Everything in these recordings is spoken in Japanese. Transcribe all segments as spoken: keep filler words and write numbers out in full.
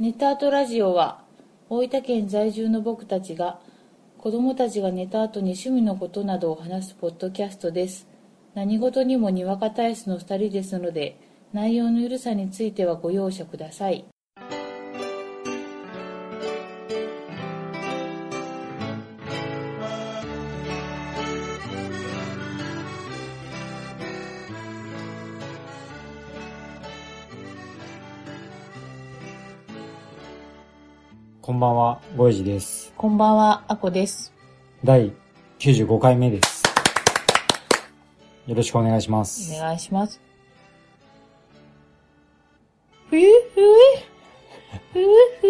ネタアートラジオは大分県在住の僕たちが子供たちが寝た後に趣味のことなどを話すポッドキャストです。何事にもにわか体質のふたりですので、内容のゆるさについてはご容赦ください。 こんばんは、ごえじです。 こんばんは、あこです。 だいきゅうじゅうごかいめです。よろしくお願いします。 お願いします。ふゆふゆふゆふ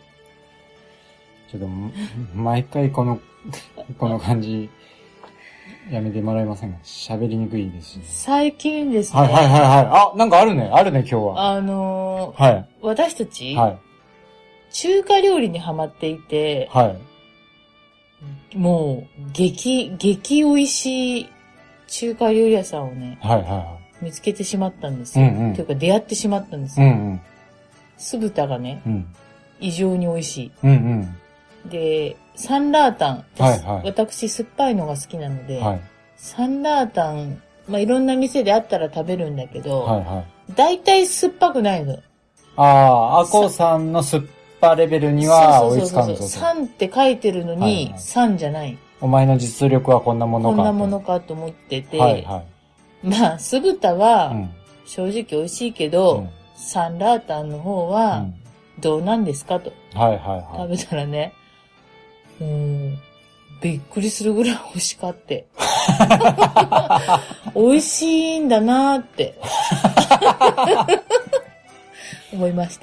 ゆちょっと、毎回この、この感じ、やめてもらえませんか？喋りにくいですしね。 最近ですね。 はいはいはいはい。あ、なんかあるね。あるね、今日は。 あのー、 はい。 私たち、 はい。 中華料理にハマっていて、 はい。 もう、激、激美味しい中華料理屋さんをね、 はいはいはい。 見つけてしまったんですよ。 うんうん。 というか出会ってしまったんですよ。 うんうん。 酢豚がね、 うん、 異常に美味しい。 うんうん。 で、サンラータン。 はいはい。 私、酸っぱいのが好きなので、 はい。 サンラータン、まあ、いろんな店であったら食べるんだけど、 はいはい。 だいたい酸っぱくないの。 ああ、あこさんの酸っぱレベルには追いつかんぞと。 さんって書いてるのに、はいはい、さんじゃない。 お前の実力はこんなものか。 こんなものかと思ってて、 はいはい。 まあ、酢豚は、正直美味しいけど、うん、サンラータンの方は、どうなんですかと。 はいはいはい。 食べたらね、うん、びっくりするぐらい美味しかって。美味しいんだなーって。思いました。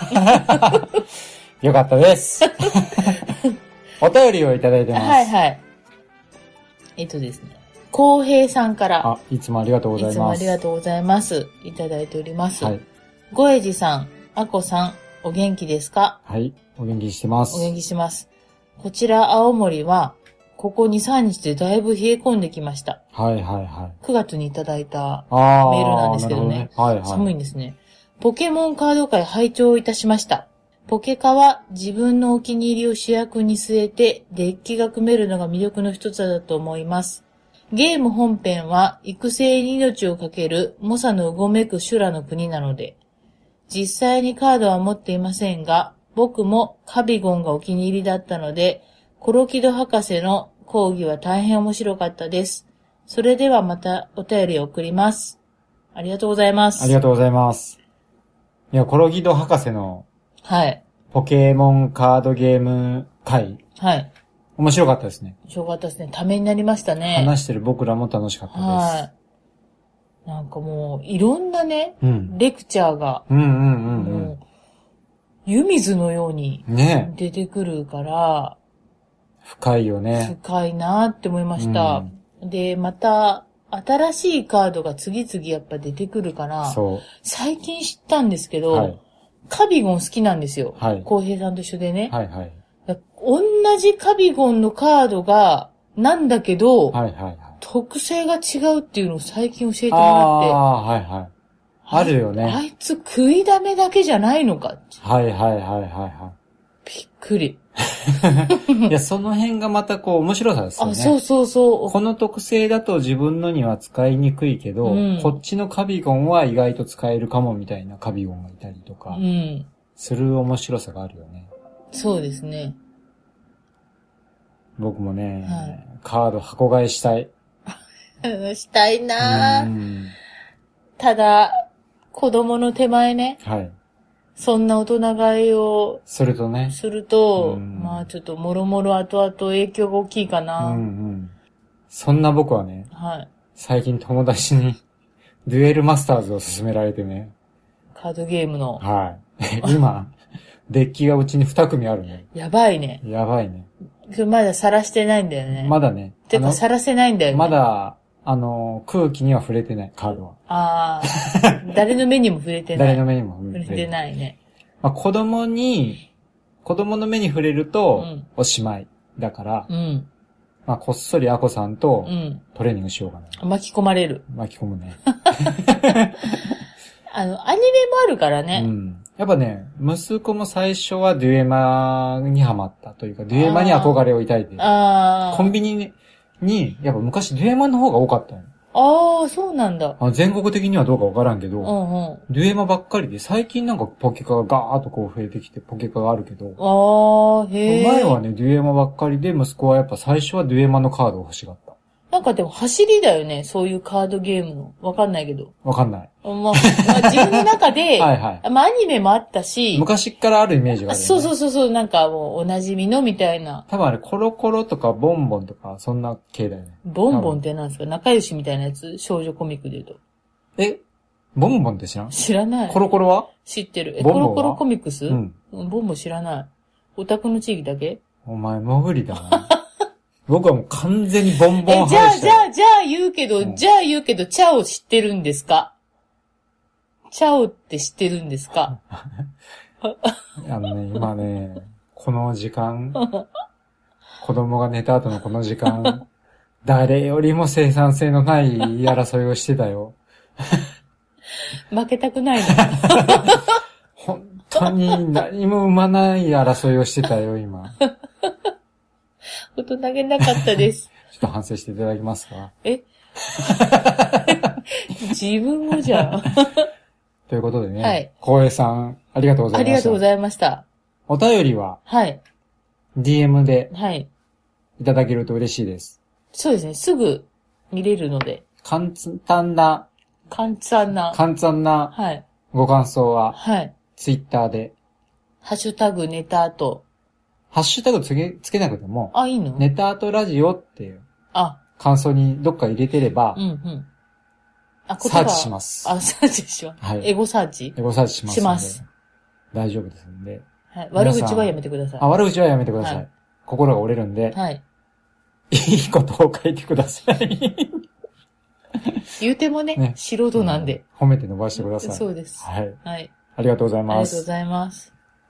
よかったです。お便りをいただいてます。 はいはい。えっとですね。こうへいさんから。 あ、いつもありがとうございます。 いつもありがとうございます。いただいております。 はい。 ごえじさん、あこさん、お元気ですか？ はい。お元気してます。 お元気してます。こちら青森は、ここに、さんにちでだいぶ冷え込んできました。 はいはいはい。 くがつにいただいたメールなんですけどね。 ねはいはい、 寒いんですね。ポケモンカード会拝聴いたしました。ポケカは自分のお気に入りを主役に据えてデッキが組めるのが魅力の一つだと思います。ゲーム本編は育成に命をかける猛者のうごめく修羅の国なので、実際にカードは持っていませんが、僕もカビゴンがお気に入りだったので、コロキド博士の講義は大変面白かったです。それではまたお便りを送ります。ありがとうございます。 ありがとうございます。いや、コロキド博士の、 はい。 ポケモンカードゲーム会。 はい。 面白かったですね。 面白かったですね。ためになりましたね。 話してる僕らも楽しかったです。はい。 なんかもう、いろんなね、 うん、 レクチャーが、 うんうんうんうん、 湯水のように出てくるから、 ね、深いよね。 深いなって思いました。うん、で、また、新しいカードが次々やっぱ出てくるから、そう最近知ったんですけど、はい、カビゴン好きなんですよ。はい。浩平さんと一緒でね。はいはい。同じカビゴンのカードが、なんだけど、はいはいはい。特性が違うっていうのを最近教えてもらって。ああ、はいはい。 あるよね。 あいつ食いだめだけじゃないのか。 はいはいはいはいはい。 びっくり。 いや、その辺がまたこう面白さですよね。 あ、そうそうそう。 この特性だと自分のには使いにくいけど、うん、こっちのカビゴンは意外と使えるかもみたいなカビゴンがいたりとか、うん、する面白さがあるよね。 そうですね。 僕もね、はい、カード箱買いしたい。 したいなぁ。ただ、子供の手前ね。はい。そんな大人買いをするとね。 すると、まあちょっともろもろ後々影響が大きいかな。うんうん。 そんな僕はね、はい。最近友達にデュエルマスターズを勧められてね。 カードゲームの。 はい。今、デッキがうちにに組あるね。 やばいね。 やばいね。 まだ晒してないんだよね。 まだね。 てか晒せないんだよね。 まだ、あの、空気には触れてない、カードは。ああ。誰の目にも触れてない。 誰の目にも触れてない。触れてないね。 まあ、子供に、子供の目に触れると、おしまい。だから、うん、まあ、こっそりアコさんと、トレーニングしようかな。 うん、巻き込まれる。 巻き込むね。 あの、アニメもあるからね。うん。 やっぱね、息子も最初はデュエマにハマったというか、デュエマに憧れを抱いて、あコンビニに、やっぱ昔デュエマの方が多かったの。 ああ、そうなんだ。 あ全国的にはどうかわからんけど、うんうん、デュエマばっかりで、最近なんかポケカがガーッとこう増えてきて、ポケカがあるけど、ああ、へえ。前はね、デュエマばっかりで、息子はやっぱ最初はデュエマのカードを欲しがった。 なんかでも走りだよね、そういうカードゲームの。わかんないけど。 わかんない。 まあ、まあ、自分の中で、はいはい。まあアニメもあったし。 昔からあるイメージがある、ね。 そうそうそうそう、なんかもうお馴染みのみたいな。 多分あれ、コロコロとかボンボンとか、そんな系だよね。 ボンボンって何ですか？仲良しみたいなやつ？少女コミックで言うと。 えボンボンって知らん？ 知らない。 コロコロは？ 知ってる。え、コロコロコミックス？うん。ボンボン知らない。オタクの地域だけ？ お前、潜りだな。僕はもう完全にボンボン派でした。え、じゃあ、じゃあ、じゃあ言うけど、うん、じゃあ言うけど、チャオ知ってるんですか？チャオって知ってるんですか？ あのね、今ね、この時間、子供が寝た後のこの時間、誰よりも生産性のない争いをしてたよ。 負けたくないの。 本当に何も生まない争いをしてたよ、今。 大人げなかったです。 ちょっと反省していただけますか？ え自分もじゃん。 ということでね。はい。光栄さん、ありがとうございました。 ありがとうございました。 お便りは、 はい。 ディーエム で、はい。いただけると嬉しいです。 そうですね。すぐ見れるので。 簡単な、 簡単な、 簡単な、はい。ご感想は、はい。ツイッターで、 ハッシュタグネタと、 ハッシュタグつけ、つけなくても、 あ、いいの？ ネタとラジオっていう、あ、感想にどっか入れてれば、うんうん。あ、サーチします。 あ、サーチします。はい。エゴサーチ？ エゴサーチします。 します。 大丈夫ですんで。 はい。悪口はやめてください。 あ、悪口はやめてください。はい、心が折れるんで。はい。いいことを書いてください。 言うてもね、ね素人なんで、 うん。褒めて伸ばしてください。 そうです。 はい。はい。ありがとうございます。 ありがとうございます。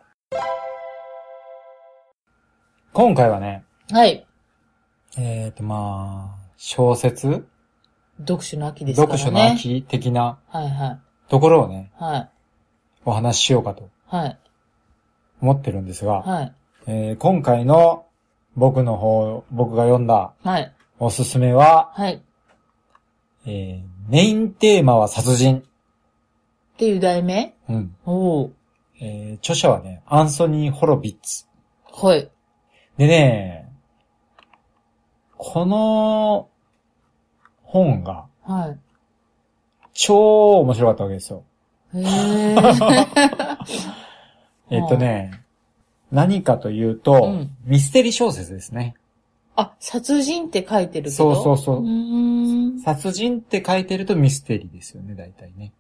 今回はね。 はい。 えっと、まあ、小説？ 読書の秋ですからね。 読書の秋的な。はいはい。ところをね。はい。お話ししようかと。はい。思ってるんですが。はい。えー、今回の僕の方、僕が読んだ。はい。おすすめは。はい。えー、メインテーマは殺人。 っていう題名？ うん。おー。えー、著者はね、アンソニー・ホロビッツ。はい。でね、この本が、はい。超面白かったわけですよ。へー。えっとね、何かというと、うん、ミステリー小説ですね。 あ、殺人って書いてるけど。 そうそうそう。うーん殺人って書いてるとミステリーですよね、大体ね。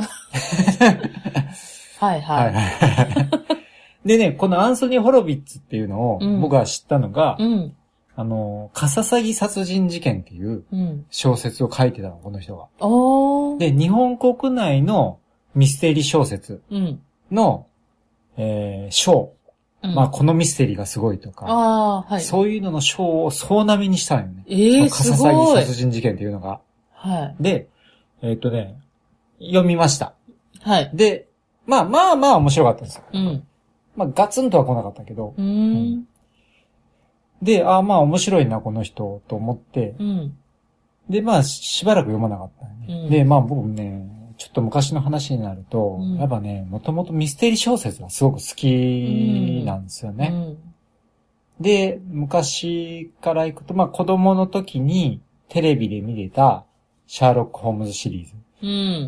はいはい。はいはいでね、このアンソニー・ホロビッツっていうのを僕が知ったのが、うん、あの、カササギ殺人事件っていう小説を書いてたの、この人が。おー。で、日本国内のミステリー小説の、うん、えー、賞。うん、まあ、このミステリーがすごいとか、あはい、そういうのの賞を総なめにしたのよね。えー、カササギ殺人事件っていうのが。はい。で、えー、っとね、読みました。はい。で、まあまあまあ面白かったんですよ。うん。まあガツンとは来なかったけど。うーん。うん、で、ああまあ面白いな、この人、と思って。うん。で、まあしばらく読まなかった、ね。うん。で、まあ僕ね、ちょっと昔の話になると、うん、やっぱね、もともとミステリー小説がすごく好きなんですよね。うんうん、で、昔から行くと、まあ子供の時にテレビで見れたシャーロック・ホームズシリーズ。うん、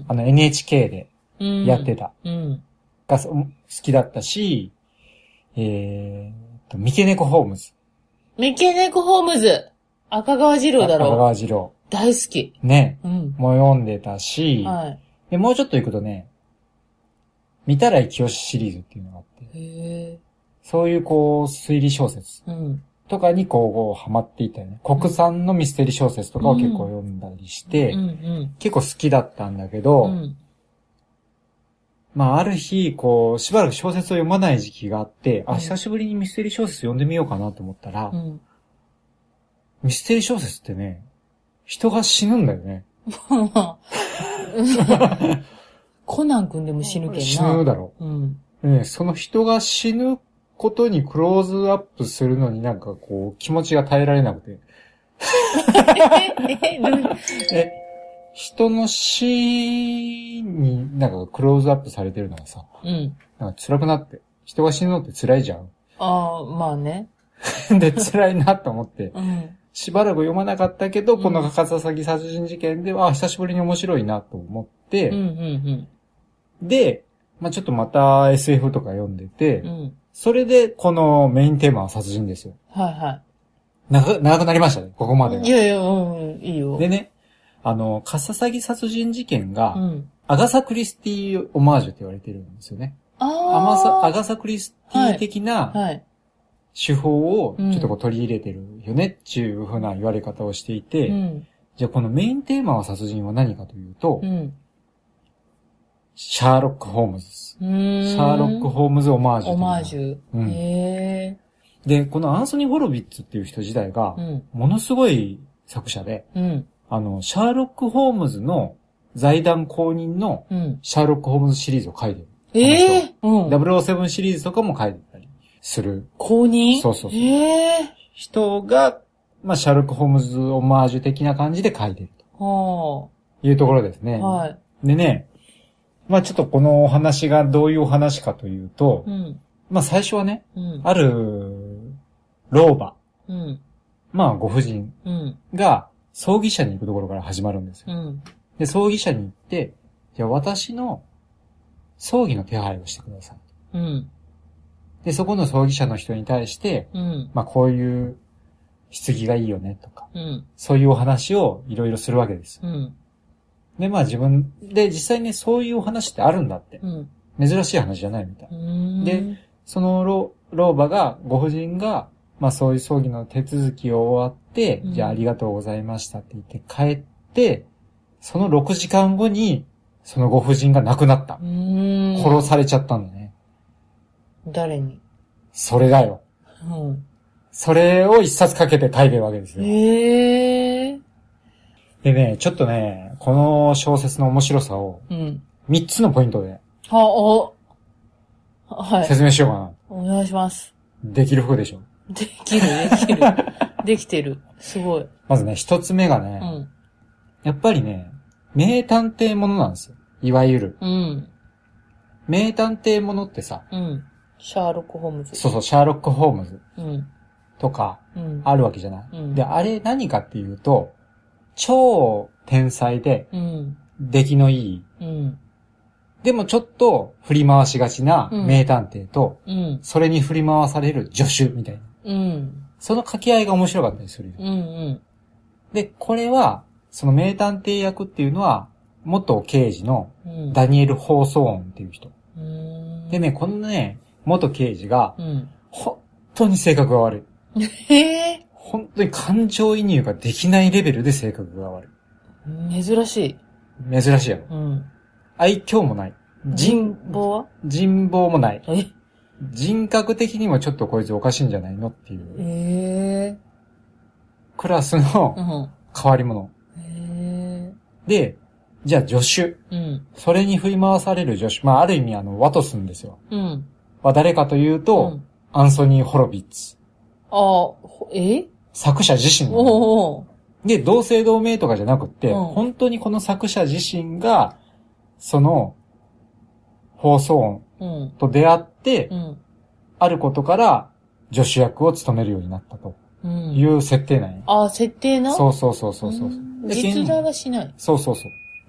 あの エヌエイチケー でやってた。うん、が好きだったし、えーと、三毛猫ホームズ。 三毛猫ホームズ赤川次郎だろ。 赤川次郎。 大好き。 ね。うん。もう読んでたし、はい。で、もうちょっと行くとね、見たらいきよしシリーズっていうのがあって。へー。そういうこう、推理小説。うん。とかにこう、こうハマっていったよね。国産のミステリー小説とかを結構読んだりして、うんうん、結構好きだったんだけど、うん、まあある日、こう、しばらく小説を読まない時期があって、うん、あ、久しぶりにミステリー小説読んでみようかなと思ったら、うん、ミステリー小説ってね、人が死ぬんだよね。 コナン君でも死ぬけんな。 死ぬだろ。うん。ね、その人が死ぬことにクローズアップするのになんかこう、気持ちが耐えられなくて。え、人の死になんかクローズアップされてるのがさ、うん。なんか辛くなって、人が死ぬのって辛いじゃん。 ああ、まあね。 で、辛いなと思って、うん、しばらく読まなかったけど、このカササギ殺人事件では、あ、久しぶりに面白いなと思って、うんうんうん、で、まあちょっとまた エスエフ とか読んでて、うん、それでこのメインテーマは殺人ですよ。はいはい。長く、長くなりましたね、ここまでが。 いやいや、うん、いいよ。 でね、あの、カササギ殺人事件が、うん、アガサ・クリスティオマージュって言われてるんですよね。ああ。アガサ・クリスティ的な、はいはい、手法をちょっとこう取り入れてるよねっていう風な言われ方をしていて、うん、じゃあこのメインテーマは殺人は何かというと、うん、シャーロック・ホームズです。シャーロック・ホームズオマージュ。 オマージュ。うん、へー。で、このアンソニー・ホロビッツっていう人自体が、ものすごい作者で、うん、あの、シャーロック・ホームズの財団公認のシャーロック・ホームズシリーズを書いてる。ええー、うん。ダブルオーセブンシリーズとかも書いてたりする。 公認？ そうそうそう。ええー。人が、まあ、シャーロック・ホームズオマージュ的な感じで書いてると。はあ。いうところですね。はい。でね、まあちょっとこのお話がどういうお話かというと、うん、まあ最初はね、うん、ある老婆、うん、まあご婦人が葬儀社に行くところから始まるんですよ。うん、で、葬儀社に行って、じゃあ私の葬儀の手配をしてください。うん、で、そこの葬儀社の人に対して、うん、まあこういう棺がいいよねとか、うん、そういうお話をいろいろするわけです。うんで、まあ自分で実際ね、そういうお話ってあるんだって。うん、珍しい話じゃないみたい。で、その老老婆が、ご婦人が、まあそういう葬儀の手続きを終わって、うん、じゃあありがとうございましたって言って帰って、そのろくじかんごに、そのご婦人が亡くなった。殺されちゃったんだね。 誰に？ それだよ。うん、それを一冊かけて書いてるわけですよ。へー。でね、ちょっとね、この小説の面白さを、みっつのポイントで、は、お、はい。説明しようかな。 お願いします。 できる風でしょ？ できる、できる。できてる。すごい。 まずね、一つ目がね、うん、やっぱりね、名探偵ものなんですよ。いわゆる。うん。名探偵ものってさ、うん。 シャーロック・ホームズ。 そうそう、シャーロック・ホームズ。うん。とか、うん、あるわけじゃない、うん。で、あれ何かっていうと、超天才で、うん、出来のいい、うん、でもちょっと振り回しがちな名探偵と、うん、それに振り回される助手みたいな。うん、その掛け合いが面白かったりする、うんうん。で、これは、その名探偵役っていうのは、元刑事のダニエル・ホーソーンっていう人。うん、でね、このね、元刑事が、うん、本当に性格が悪い。へー。本当に感情移入ができないレベルで性格が悪い。珍しい。 珍しいやろ。うん。愛嬌もない。 人望は？ 人望もない。え？人格的にもちょっとこいつおかしいんじゃないのっていう。えー。クラスの変わり者。うん、えー。で、じゃあ助手。うん。それに振り回される助手。まあある意味あの、ワトスンですよ。うん。は誰かというと、うん、アンソニー・ホロビッツ。 ああ、え？ 作者自身なの。で、同姓同名とかじゃなくって、うん、本当にこの作者自身が、その、放送音と出会って、うん、あることから助手役を務めるようになったという設定なんや。 ああ、設定な？ そうそうそうそうそう。 実在はしない。 そうそうそう。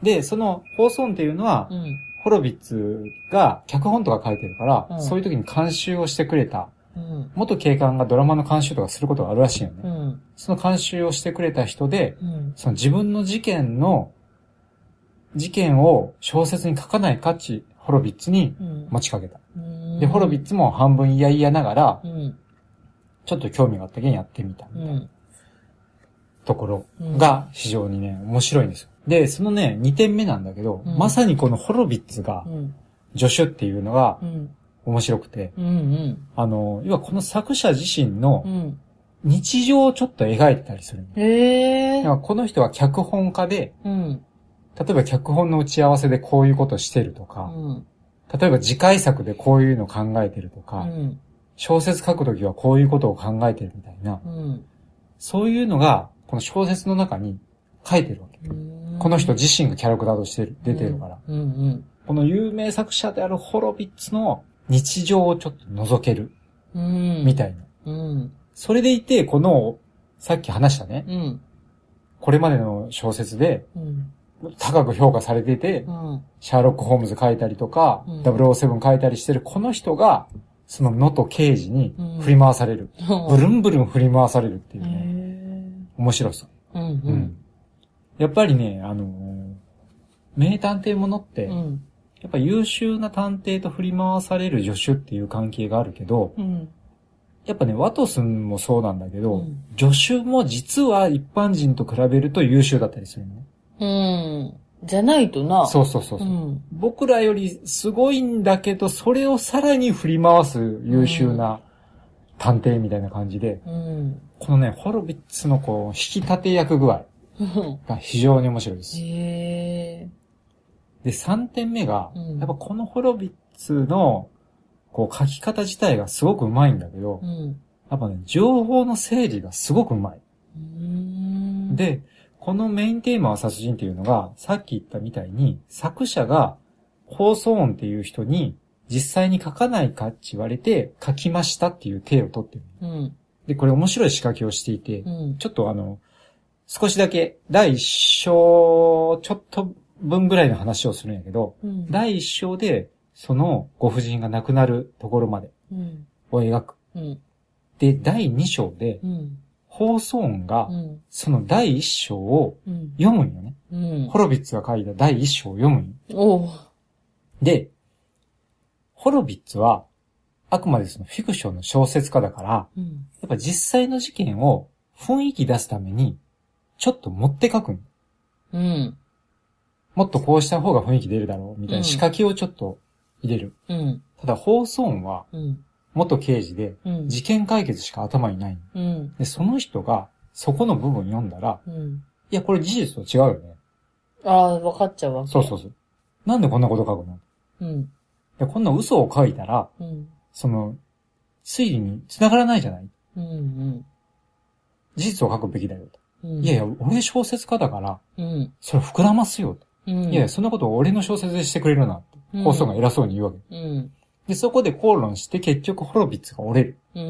で、その放送音っていうのは、うん、ホロビッツが脚本とか書いてるから、うん、そういう時に監修をしてくれた。うん、元警官がドラマの監修とかすることがあるらしいよね。うん、その監修をしてくれた人で、うん、その自分の事件の、事件を小説に書かないかっち、ホロビッツに持ちかけた。うん、で、ホロビッツも半分嫌々ながら、うん、ちょっと興味があったけんやってみたみたいな、うん、ところが非常にね、面白いんですよ。で、そのね、にてんめなんだけど、うん、まさにこのホロビッツが、助手っていうのが、うん面白くて、うんうん、あの、要はこの作者自身の日常をちょっと描いてたりする。へー。この人は脚本家で、うん、 例えば脚本の打ち合わせでこういうことしてるとか、うん、例えば次回作でこういうの考えてるとか、うん、小説書くときはこういうことを考えてるみたいな、うん、そういうのがこの小説の中に書いてるわけ。この人自身がキャラクターとして出てるから、うんうんうん。この有名作者であるホロビッツの日常をちょっと覗ける。うん、みたいな、うん。それでいて、この、さっき話したね、うん、これまでの小説で、うん、高く評価されてて、うん、シャーロック・ホームズ書いたりとか、うん、ダブルオーセブン書いたりしてるこの人が、その能登刑事に振り回される、うん。ブルンブルン振り回されるっていうね、面白さ。うんうんうん、やっぱりね、あのー、名探偵ものって、うん、やっぱ優秀な探偵と振り回される助手っていう関係があるけど、うん、やっぱね、ワトソンもそうなんだけど、うん、助手も実は一般人と比べると優秀だったりするね。 うん。じゃないとな。 そうそうそうそう、うん。僕らよりすごいんだけど、それをさらに振り回す優秀な探偵みたいな感じで、うん、このね、ホロビッツのこう、引き立て役具合が非常に面白いです。へー。で、さんてんめが、うん、やっぱこのホロビッツの、こう書き方自体がすごく上手いんだけど、うん、やっぱね、情報の整理がすごく上手い。うーんで、このメインテーマは殺人っていうのが、さっき言ったみたいに、作者が、ホーソーンっていう人に、実際に書かないかって言われて、書きましたっていう体を取ってる。うん、で、これ面白い仕掛けをしていて、うん、ちょっとあの、少しだけ、第一章、ちょっと分ぐらいの話をするんやけど、うん、第一章で、そのご婦人が亡くなるところまでを描く。うん、で、第二章で、うん、ホーソーンがその第一章を読むんよね。うん、ホロビッツが書いた第一章を読むんよ。おで、ホロビッツはあくまでそのフィクションの小説家だから、うん、やっぱ実際の事件を雰囲気出すためにちょっと持って書くん。うん、もっとこうした方が雰囲気出るだろうみたいな仕掛けをちょっと入れる。うん、ただ、ホーソーンは、元刑事で、事件解決しか頭にない、うん、で。その人が、そこの部分読んだら、うん、いや、これ事実と違うよね。 ああ、分かっちゃうわけ。 そうそうそう。なんでこんなこと書くの、うん、でこんな嘘を書いたら、うん、その、推理に繋がらないじゃない、うんうん、事実を書くべきだよと、うん。いやいや、俺小説家だから、うん、それ膨らますよと。うん、いやいや、そんなことを俺の小説でしてくれるなって。ホーソーンが偉そうに言うわけ。うん、で、そこで口論して結局ホロビッツが折れる。うん、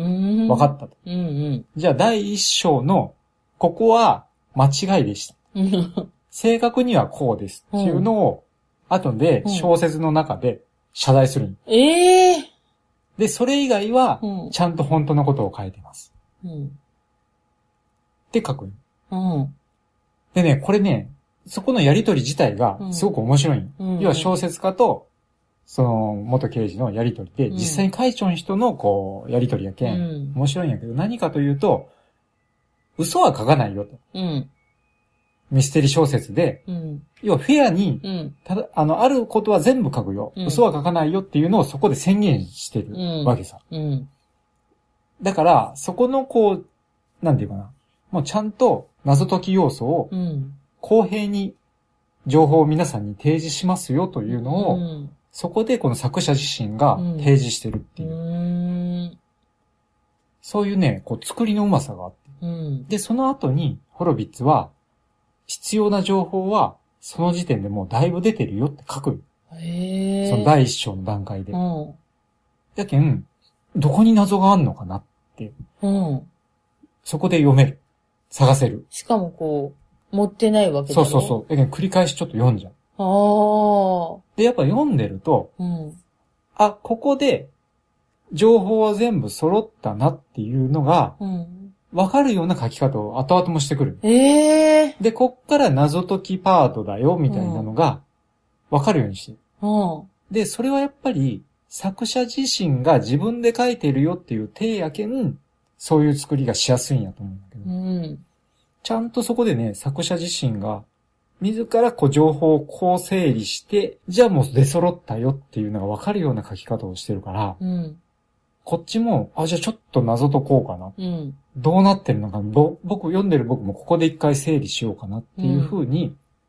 分かったと、うんうん。じゃあ第一章の、ここは間違いでした。正確にはこうです。っていうのを、後で小説の中で謝罪する。うん、ええー、で、それ以外は、ちゃんと本当のことを書いてます。うん、って書く。うん、でね、これね、そこのやりとり自体がすごく面白い、うん。要は小説家と、その元刑事のやりとりで、うん、実際に書いちょん人のこう、やりとりやけん、うん、面白いんやけど、何かというと、嘘は書かないよと。うん、ミステリー小説で、うん、要はフェアに、うん、ただ、あの、あることは全部書くよ、うん。嘘は書かないよっていうのをそこで宣言してるわけさ。うんうん、だから、そこのこう、なんていうかな、もうちゃんと謎解き要素を、うん公平に情報を皆さんに提示しますよというのを、うん、そこでこの作者自身が提示してるっていう。うん、そういうね、こう作りのうまさがあって、うん。で、その後にホロビッツは、必要な情報はその時点でもうだいぶ出てるよって書く。へー。その第一章の段階で。うん、やけん、どこに謎があんのかなって、うん、そこで読める。探せる。 しかもこう、持ってないわけだろ。 そうそうそう。だけど繰り返しちょっと読んじゃう。ああ。で、やっぱ読んでると、うん、あ、ここで、情報は全部揃ったなっていうのが、うん、わかるような書き方を後々もしてくる。ええー。で、こっから謎解きパートだよ、みたいなのが、わかるようにしてる。うん、で、それはやっぱり、作者自身が自分で書いてるよっていう体やけん、そういう作りがしやすいんやと思うんだけど。うんちゃんとそこでね、作者自身が、自らこう情報をこう整理して、じゃあもう出揃ったよっていうのが分かるような書き方をしてるから、うん、こっちも、あ、じゃあちょっと謎解こうかな。うん、どうなってるのか、ぼ僕読んでる僕もここで一回整理しようかなっていう風に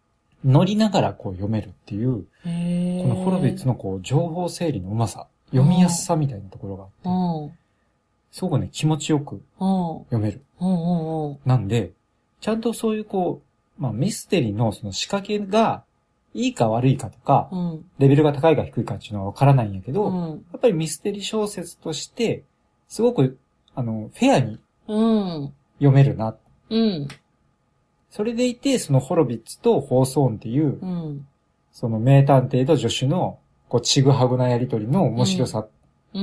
乗りながらこう読めるっていう、 へこのホロビッツのこう情報整理のうまさ、読みやすさみたいなところがあって、うん、すごくね、気持ちよく読める。 うんうんうん、 なんで、ちゃんとそういうこう、まあミステリーのその仕掛けがいいか悪いかとか、うん、レベルが高いか低いかっていうのはわからないんやけど、うん、やっぱりミステリー小説として、すごく、あの、フェアに読めるな。 うん。 それでいて、そのホロビッツとホーソーンっていう、うん、その名探偵と助手の、こう、ちぐはぐなやりとりの面白さ。 うん。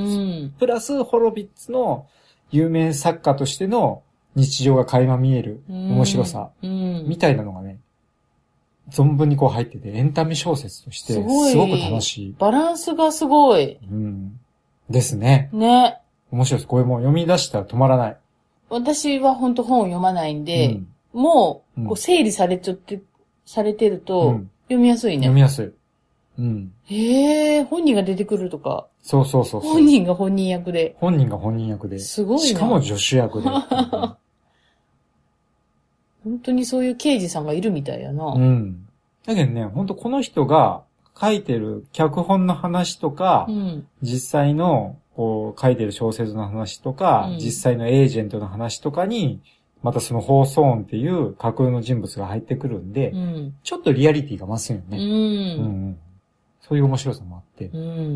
プラス、ホロビッツの有名作家としての日常が垣間見える面白さ。うん。みたいなのがね、存分にこう入ってて、エンタメ小説として、すごく楽しい。 バランスがすごい。 うん。ですね。 ね。 面白いです。これもう読み出したら止まらない。 私は本当本を読まないんで、うん、もう、こう整理されちゃって、うん、されてると、うん、読みやすいね。 読みやすい。うん。 へえ、本人が出てくるとか。 そうそうそうそう。 本人が本人役で。 本人が本人役で。 すごいな。 しかも助手役で。 本当にそういう刑事さんがいるみたいやな。 うん。だけどね、本当この人が書いてる脚本の話とか、うん、実際のこう書いてる小説の話とか、うん、実際のエージェントの話とかに、またそのホーソーンっていう架空の人物が入ってくるんで、うん、ちょっとリアリティが増すよね、 うんうん。 そういう面白さもあって、 うん、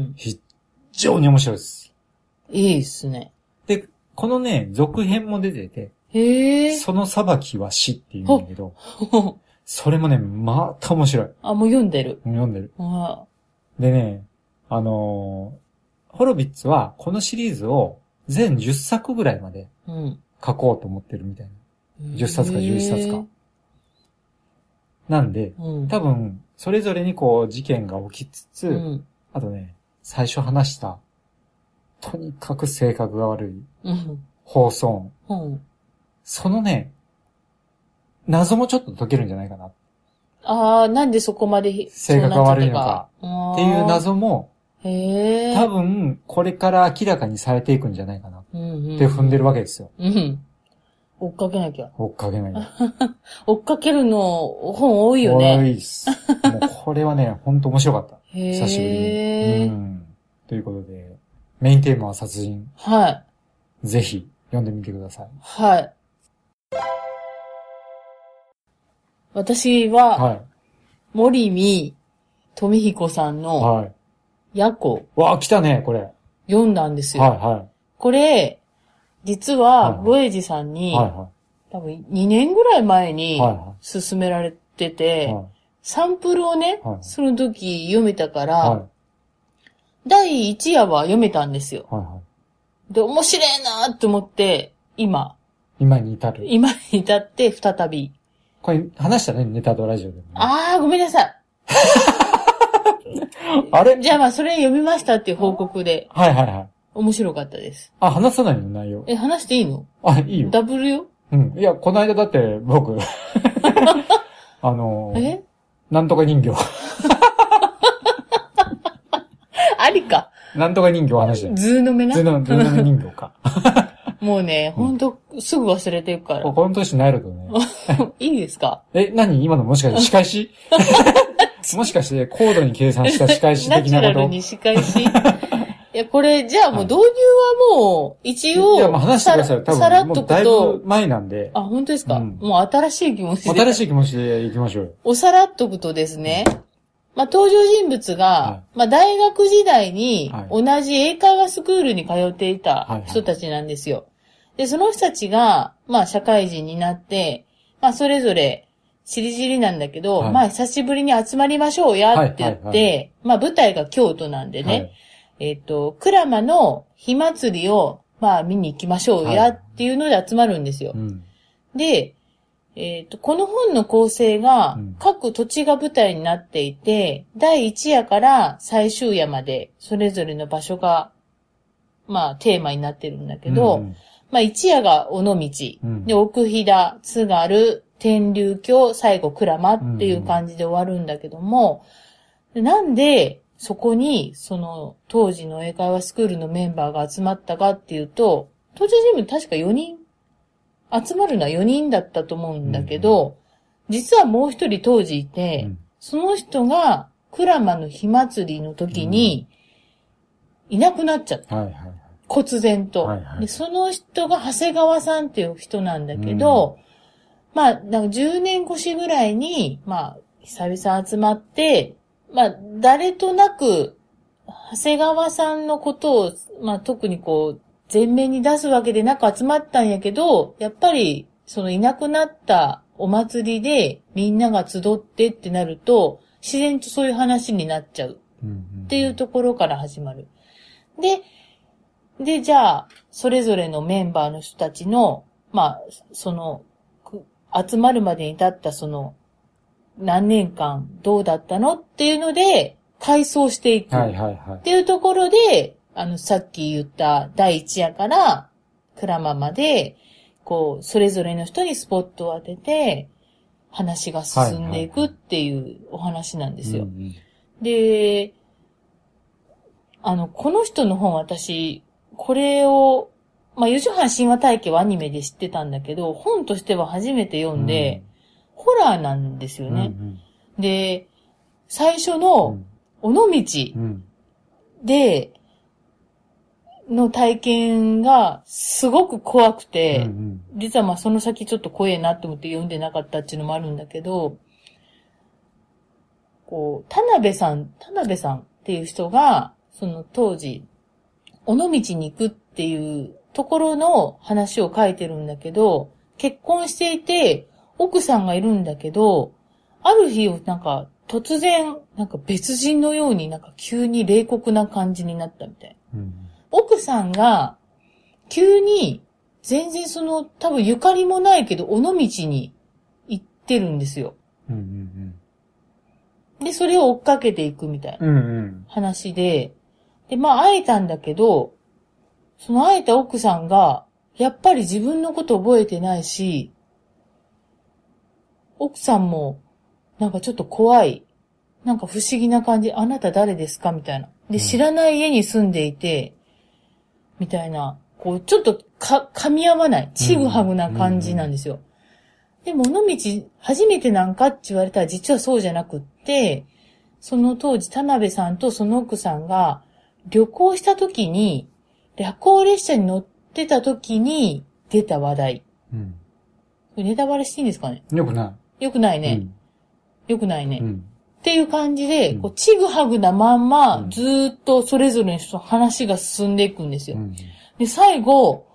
非常に面白いです。 いいっすね。 で、このね、続編も出てて、 へー、 その裁きは死っていうんだけど、それもね、また面白い。 あ、もう読んでる。 読んでる。 あでね、あのー、ホロビッツはこのシリーズを全じゅっさくぐらいまで書こうと思ってるみたいな。うん、じゅっさつかじゅういっさつか。なんで、うん、多分、それぞれにこう事件が起きつつ、うん、あとね、最初話した、とにかく性格が悪い、うん、ホーソーン、うん。そのね、謎もちょっと解けるんじゃないかな。 ああ、なんでそこまで性格が悪いのかっていう謎も、 へ多分これから明らかにされていくんじゃないかなって踏んでるわけですよ。 うんうん、追っかけなきゃ。 追っかけなきゃ。 追っかけるの本多いよね。 多いです。もうこれはね、ほんと面白かった。久しぶりに、うん。ということで、メインテーマは殺人。 はい。 ぜひ読んでみてください。 はい。私は、はい、森見富彦さんの、はい。ヤコ。 わあ、来たね、これ。 読んだんですよ。 はいはい。 これ、実は、ボエジさんに、はいはい、多分にねんぐらい前に、勧められてて、はいはい、サンプルをね、はい、その時読めたから、はい、だいいちわは読めたんですよ。はいはい、で、面白いなーって思って、今。 今に至る。 今に至って、再び。 これ、話したね、ネタドラジオでも、ね。 あー、ごめんなさい。 あれじゃあまあ、それ読みましたっていう報告で。 はいはいはい。 面白かったです。 あ、話さないの内容。 え、話していいの？ あ、いいよ。 ダブルよ？ うん。いや、この間だって僕、あのー、 えなんとか人形。 ありか。 なんとか人形話してる。 ズーの目な。 ズーの、ズーの目人形か。 もうね、ほんと、すぐ忘れていくから。 この年になるとね。 いいですか？ え、何今のもしかして仕返しもしかして高度に計算した仕返し的なこと？ナチュラルに仕返しいや、これ、じゃあもう導入はもう、一応、 いや、もう話してください。多分、さらっともうだいぶ前なんで。 あ、本当ですか？うん、もう新しい気持ちで。 新しい気持ちで行きましょうよ。 おさらっとくとですね、まあ、登場人物が、はい、まあ、大学時代に、同じ英会話スクールに通っていた人たちなんですよ。はいはい、で、その人たちが、まあ、社会人になって、まあ、それぞれ、しりじりなんだけど、はい、まあ、久しぶりに集まりましょうやって言って、はいはいはい、まあ、舞台が京都なんでね、はい、えっと、鞍馬の火祭りを、まあ、見に行きましょうやっていうので集まるんですよ。はい、うん、で、えっと、この本の構成が、各土地が舞台になっていて、うん、だいいちわから最終夜まで、それぞれの場所が、まあ、テーマになってるんだけど、うん、まあ、一夜が尾道、うん、で、奥飛騨、津軽、天竜峡、最後、鞍馬っていう感じで終わるんだけども、うん、なんで、そこに、その、当時の英会話スクールのメンバーが集まったかっていうと、登場人物確かよにん、集まるのはよにんだったと思うんだけど、うん、実はもう一人当時いて、うん、 その人が、鞍馬の火祭りの時に、いなくなっちゃった。はいはいはい、忽然と、はいはい。で。その人が長谷川さんっていう人なんだけど、うん、まあ、なんかじゅうねん越しぐらいに、まあ、久々集まって、まあ、誰となく、長谷川さんのことを、まあ、特にこう、前面に出すわけでなく集まったんやけど、やっぱり、そのいなくなったお祭りでみんなが集ってってなると、自然とそういう話になっちゃうっていうところから始まる。で、で、じゃあ、それぞれのメンバーの人たちの、まあ、その、集まるまでに至ったその、何年間どうだったのっていうので、回想していく。はいはいはい。っていうところで、あの、さっき言った第一夜から、鞍馬まで、こう、それぞれの人にスポットを当てて、話が進んでいくっていうお話なんですよ。はいはいはい、で、あの、この人の本私、これを、まあ、四畳半神話体系はアニメで知ってたんだけど、本としては初めて読んで、うん、ホラーなんですよね。うんうん、で、最初の、尾道で、の体験がすごく怖くて、うんうん、実はまあその先ちょっと怖えなって思って読んでなかったっていうのもあるんだけど、こう、田辺さん、田辺さんっていう人が、その当時、尾道に行くっていうところの話を書いてるんだけど、結婚していて、奥さんがいるんだけど、ある日なんか突然、なんか別人のようになんか急に冷酷な感じになったみたい。うん、奥さんが、急に、全然その、多分ゆかりもないけど、尾道に行ってるんですよ。うんうんうん、で、それを追っかけていくみたいな話で、うんうん、で、まあ会えたんだけど、その会えた奥さんが、やっぱり自分のこと覚えてないし、奥さんも、なんかちょっと怖い、なんか不思議な感じ、あなた誰ですかみたいな。で、知らない家に住んでいて、みたいな、こう、ちょっとか、噛み合わない、ちぐはぐな感じなんですよ。でも、尾道、初めてなんかって言われたら実はそうじゃなくって、その当時、田辺さんとその奥さんが旅行した時に、夜行列車に乗ってた時に出た話題。うん、これネタバレしていいんですかね？ よくない。 よくないね。うん、よくないね。うん、っていう感じで、こう、ちぐはぐなまんま、ずーっとそれぞれの人話が進んでいくんですよ。うん、で、最後、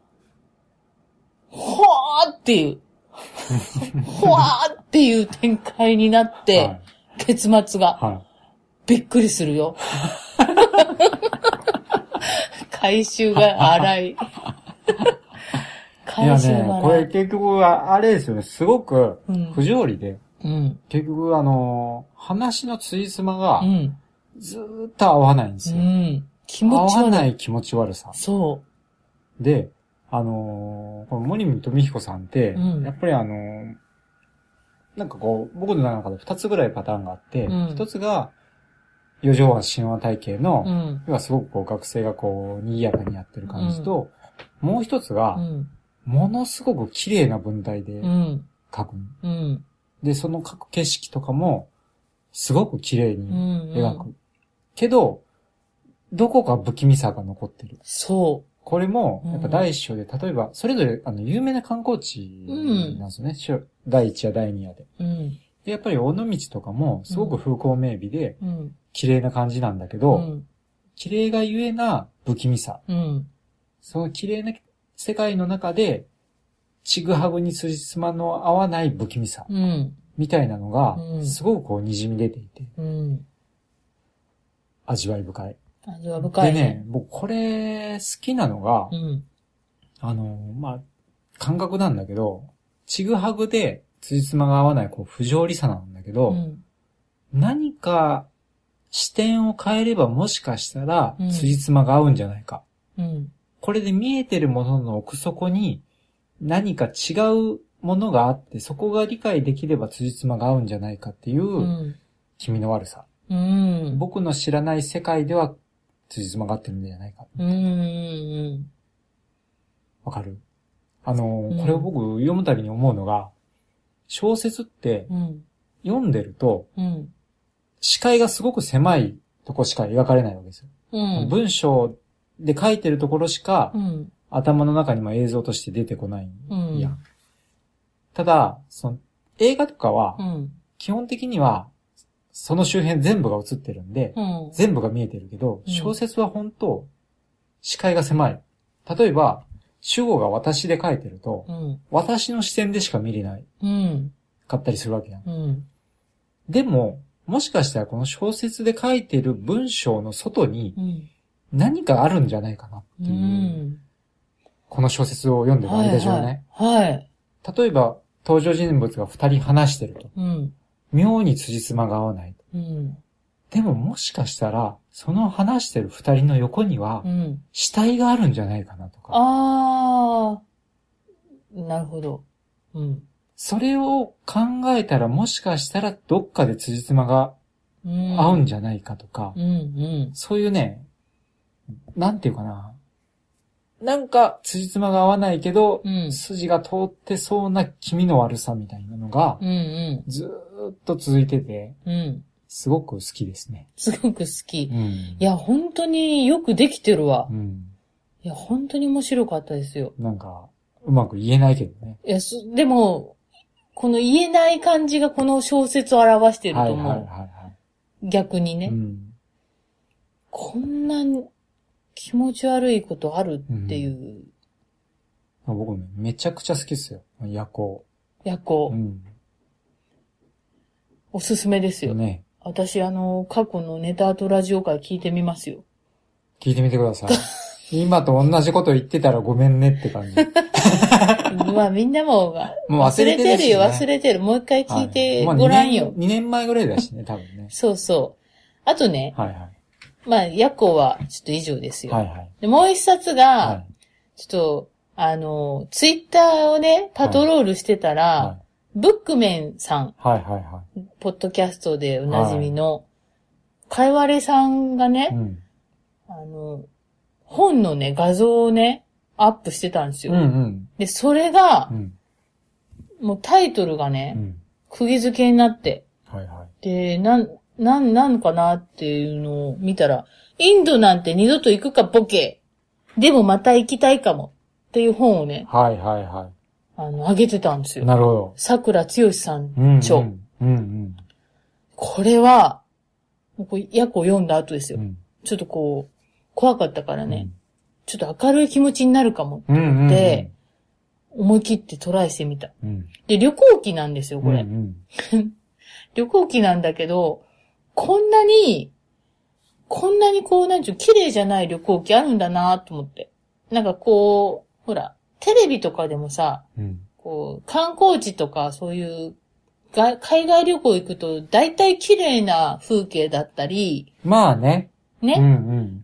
ほわーっていう、ほわーっていう展開になって、はい、結末が、はい、びっくりするよ。回収が荒い。 回収が荒い。いやね、これ結局は、あれですよね、すごく不条理で、うん、結局あの、話のついつまが、ずーっと合わないんですよ。うん、気持ち悪い。合わない気持ち悪さ。そう。で、あのー、この森見富彦さんって、うん、やっぱりあのー、なんかこう、僕の中で二つぐらいパターンがあって、一、うん、つが、四畳半神話体系の、うん、要はすごくこう学生がこう、賑やかにやってる感じと、うん、もう一つが、うん、ものすごく綺麗な文体で書く、うん。で、その書く景色とかも、すごく綺麗に描く。うんうん、けど、どこか不気味さが残ってる。そう。これも、やっぱ第一章で、例えば、それぞれ、あの、有名な観光地なんですよね。うん、第一夜、第二夜で。うん、で、やっぱり、尾道とかも、すごく風光明媚で、綺麗な感じなんだけど、うん、綺麗がゆえな不気味さ。うん、その綺麗な世界の中で、ちぐはぐにつじつまの合わない不気味さ。うん、みたいなのが、すごくこう、滲み出ていて、うん、味わい深い。 味わい深い、 ね。でね、僕これ好きなのが、うん、あの、まあ、感覚なんだけど、ちぐはぐでつじつまが合わないこう不条理さなんだけど、うん、何か視点を変えればもしかしたらつじつまが合うんじゃないか。うん、これで見えてるものの奥底に何か違うものがあって、そこが理解できればつじつまが合うんじゃないかっていう気味の悪さ。うん、僕の知らない世界ではつじつまが合ってるんじゃないか。うん。わかる？あの、うん、これを僕読むたびに思うのが、小説って、 読んでると、 うん、 視界がすごく狭いとこしか描かれないわけですよ。 うん、 文章で書いてるところしか、 うん、 頭の中にも映像として出てこないんや。 うん、 ただ、その映画とかは、 うん、 基本的には、その周辺全部が映ってるんで、 うん、 全部が見えてるけど、 うん、 小説は本当、視界が狭い。例えば、主語が私で書いてると、 うん、 私の視点でしか見れない、 うん、 かったりするわけやん。 うん、 でも、もしかしたらこの小説で書いてる文章の外に何かあるんじゃないかなっていう、うん、この小説を読んでる間中ね。 はい、はい。 例えば、登場人物が二人話してると。 うん、 妙に辻褄が合わないと。 うん、 でももしかしたら、その話してる二人の横には、死体があるんじゃないかなとか。 あー、なるほど。うん。 それを考えたらもしかしたらどっかで辻褄が合うんじゃないかとか、 うんうん、 そういうね、なんていうかな。なんか辻褄が合わないけど、うん、筋が通ってそうな気味の悪さみたいなのが、うんうん、ずーっと続いてて、うん、すごく好きですね。 すごく好き。うん、いや、本当によくできてるわ。うん、いや、本当に面白かったですよ。 なんか、うまく言えないけどね。 いや、でも、この言えない感じがこの小説を表してると思う。はいはいはいはい、逆にね、うん。こんな気持ち悪いことあるっていう。 うん、僕ね、めちゃくちゃ好きですよ。夜行。 夜行。うん、おすすめですよ。ね。私、あの、過去のネタアートラジオ会聞いてみますよ。 聞いてみてください。今と同じこと言ってたらごめんねって感じ。 まあみんなも忘れてるよ、忘れてる。もう一回聞いてごらんよ。 はい、まあ、にねんまえぐらいだしね、多分ね。 そうそう。あとね、はいはい、まあ、夜行はちょっと以上ですよ。はいはい、でもう一冊が、はい、ちょっと、あの、ツイッターをね、パトロールしてたら、はいはい、ブックメンさん、はいはいはい、ポッドキャストでおなじみの、かいわれさんがね、うん、あの、本のね、画像をね、アップしてたんですよ。うんうん、で、それが、うん、もうタイトルがね、うん、釘付けになって、はいはい、で、なん、なん、なんかなっていうのを見たら、インドなんて二度と行くかボケ。でもまた行きたいかも。っていう本をね、はいはいはい。あの、あげてたんですよ。なるほど。桜つよしさん著。うんうんうんうん、これは、もうこう訳を読んだ後ですよ、うん。ちょっとこう、怖かったからね、うん、ちょっと明るい気持ちになるかもって思って、うんうんうん、思い切ってトライしてみた。うん、で、旅行記なんですよ、これ。うんうん、旅行記なんだけど、こんなに、こんなにこう、なんちゅう、綺麗じゃない旅行記あるんだなと思って。なんかこう、ほら、テレビとかでもさ、うん、こう、観光地とかそういうが、海外旅行行くと、大体綺麗な風景だったり。 まあね。 ね。うんうん。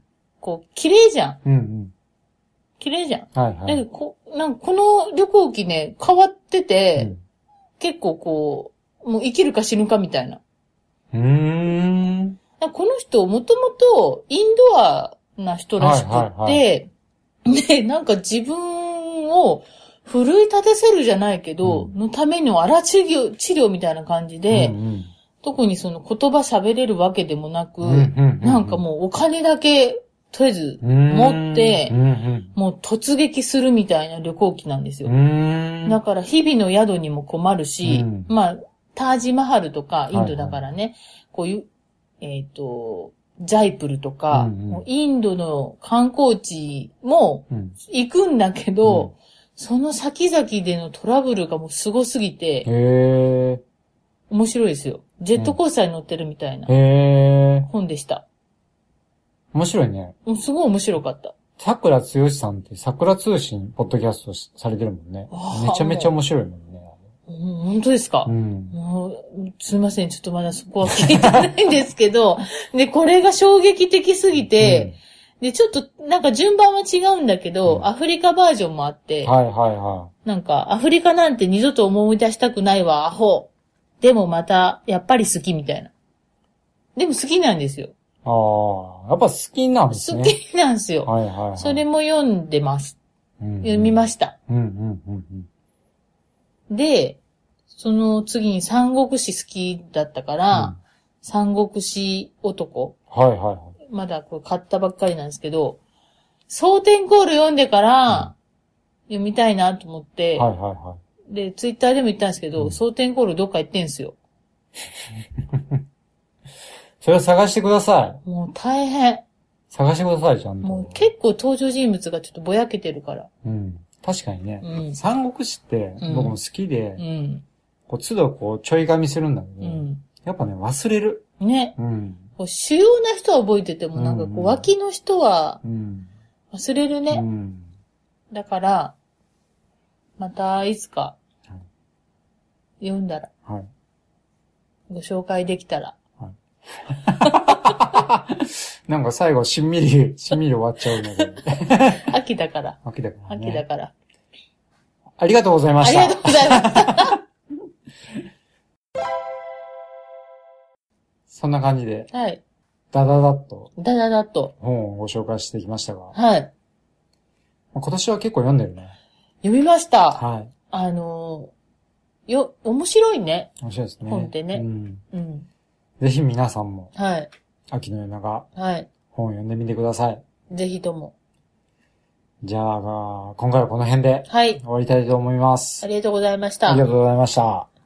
こう、綺麗じゃん。うんうん。綺麗じゃん。はいはい。だけどこ、なんかこの旅行記ね、変わってて、うん、結構こう、もう生きるか死ぬかみたいな。うーん。この人、もともとインドアな人らしくって、はいはいはい、で、なんか自分を奮い立たせるじゃないけど、うん、のための荒治療、治療みたいな感じで、うんうん、特にその言葉喋れるわけでもなく、うんうんうんうん、なんかもうお金だけ、とりあえず持って、うんうん、もう突撃するみたいな旅行記なんですよ。だから日々の宿にも困るし、うん、まあ、タージマハルとか、インドだからね、はいはい、こういう、えっと、ジャイプルとか、うんうん、もうインドの観光地も行くんだけど、うん、その先々でのトラブルがもうすごすぎて、へー、面白いですよ。ジェットコースターに乗ってるみたいな本でした。 面白いね。 すごい面白かった。 桜つよしさんって桜通信ポッドキャストされてるもんね。めちゃめちゃ面白いもんね。 うん、本当ですか、うん、もうすいません、ちょっとまだそこは聞いてないんですけど、で、これが衝撃的すぎて、うん、で、ちょっとなんか順番は違うんだけど、うん、アフリカバージョンもあって、はいはいはい。なんか、アフリカなんて二度と思い出したくないわ、アホ。でもまた、やっぱり好きみたいな。でも好きなんですよ。 ああ、やっぱ好きなんですね。 好きなんですよ。はいはいはい。それも読んでます。うんうん、読みました。うんうんうんうん、で、 その次に三国志好きだったから、うん、三国志男。 はいはいはい。 まだこれ買ったばっかりなんですけど、蒼天コール読んでから、読みたいなと思って、 うん、はいはいはい。 で、ツイッターでも言ったんですけど、蒼天コールどっか行ってんすよ。 それを探してください。もう大変。 探してください、ちゃんと。 もう結構登場人物がちょっとぼやけてるから。 うん。確かにね。うん、三国志って僕も好きで、うん、こう、都度こう、ちょい噛みするんだけど、うん、やっぱね、忘れる。 ね。うん。こう主要な人は覚えてても、なんかこう、脇の人は、忘れるね。うん、だから、またいつか、読んだら、はい、ご紹介できたら。はい、 なんか最後、しんみり、しんみり終わっちゃうので。 秋だから。 秋だから、 ね。秋だから。 ありがとうございました。 ありがとうございました。 そんな感じで。 はい。 ダダダッと。 ダダダッと。 本をご紹介してきましたが。 はい。 今年は結構読んでるね。 読みました。 はい。 あの、よ、面白いね。 面白いですね。 本ってね。うん。 うん。ぜひ皆さんも。 はい。 秋の夜長。 はい。 本を読んでみてください。 ぜひとも。 じゃあ、今回はこの辺で。 はい。 終わりたいと思います。 ありがとうございました。 ありがとうございました。